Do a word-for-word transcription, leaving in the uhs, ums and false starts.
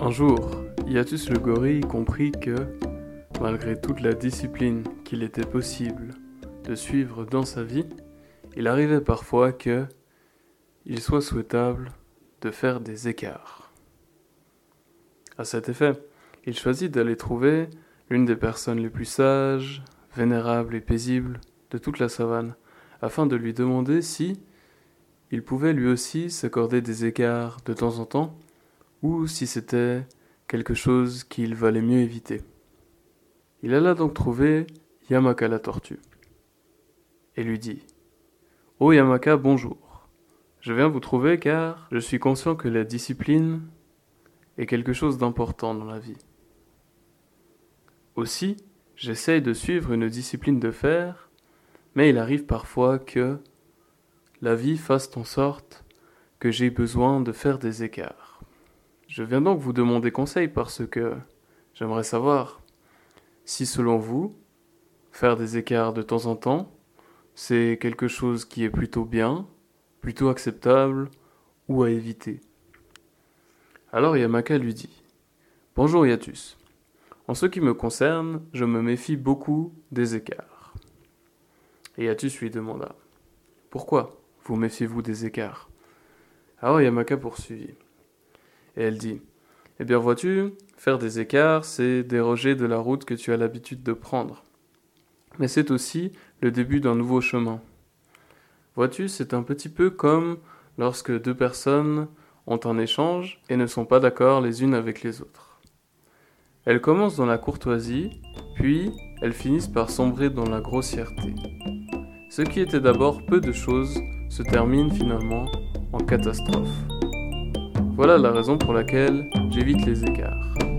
Un jour, Hiatus le gorille comprit que, malgré toute la discipline qu'il était possible de suivre dans sa vie, il arrivait parfois que il soit souhaitable de faire des écarts. À cet effet, il choisit d'aller trouver l'une des personnes les plus sages, vénérables et paisibles de toute la savane, afin de lui demander si il pouvait lui aussi s'accorder des écarts de temps en temps, ou si c'était quelque chose qu'il valait mieux éviter. Il alla donc trouver Yamaka la tortue, et lui dit « Oh Yamaka, bonjour. Je viens vous trouver car je suis conscient que la discipline est quelque chose d'important dans la vie. Aussi, j'essaye de suivre une discipline de fer, mais il arrive parfois que la vie fasse en sorte que j'ai besoin de faire des écarts. Je viens donc vous demander conseil parce que j'aimerais savoir si, selon vous, faire des écarts de temps en temps, c'est quelque chose qui est plutôt bien, plutôt acceptable ou à éviter. » Alors Yamaka lui dit « Bonjour Hiatus. En ce qui me concerne, je me méfie beaucoup des écarts. » Et Hiatus lui demanda « Pourquoi vous méfiez-vous des écarts ?» Alors Yamaka poursuivit. Et elle dit « Eh bien vois-tu, faire des écarts, c'est déroger de la route que tu as l'habitude de prendre. Mais c'est aussi le début d'un nouveau chemin. Vois-tu, c'est un petit peu comme lorsque deux personnes ont un échange et ne sont pas d'accord les unes avec les autres. Elles commencent dans la courtoisie, puis elles finissent par sombrer dans la grossièreté. Ce qui était d'abord peu de choses se termine finalement en catastrophe. Voilà la raison pour laquelle j'évite les écarts.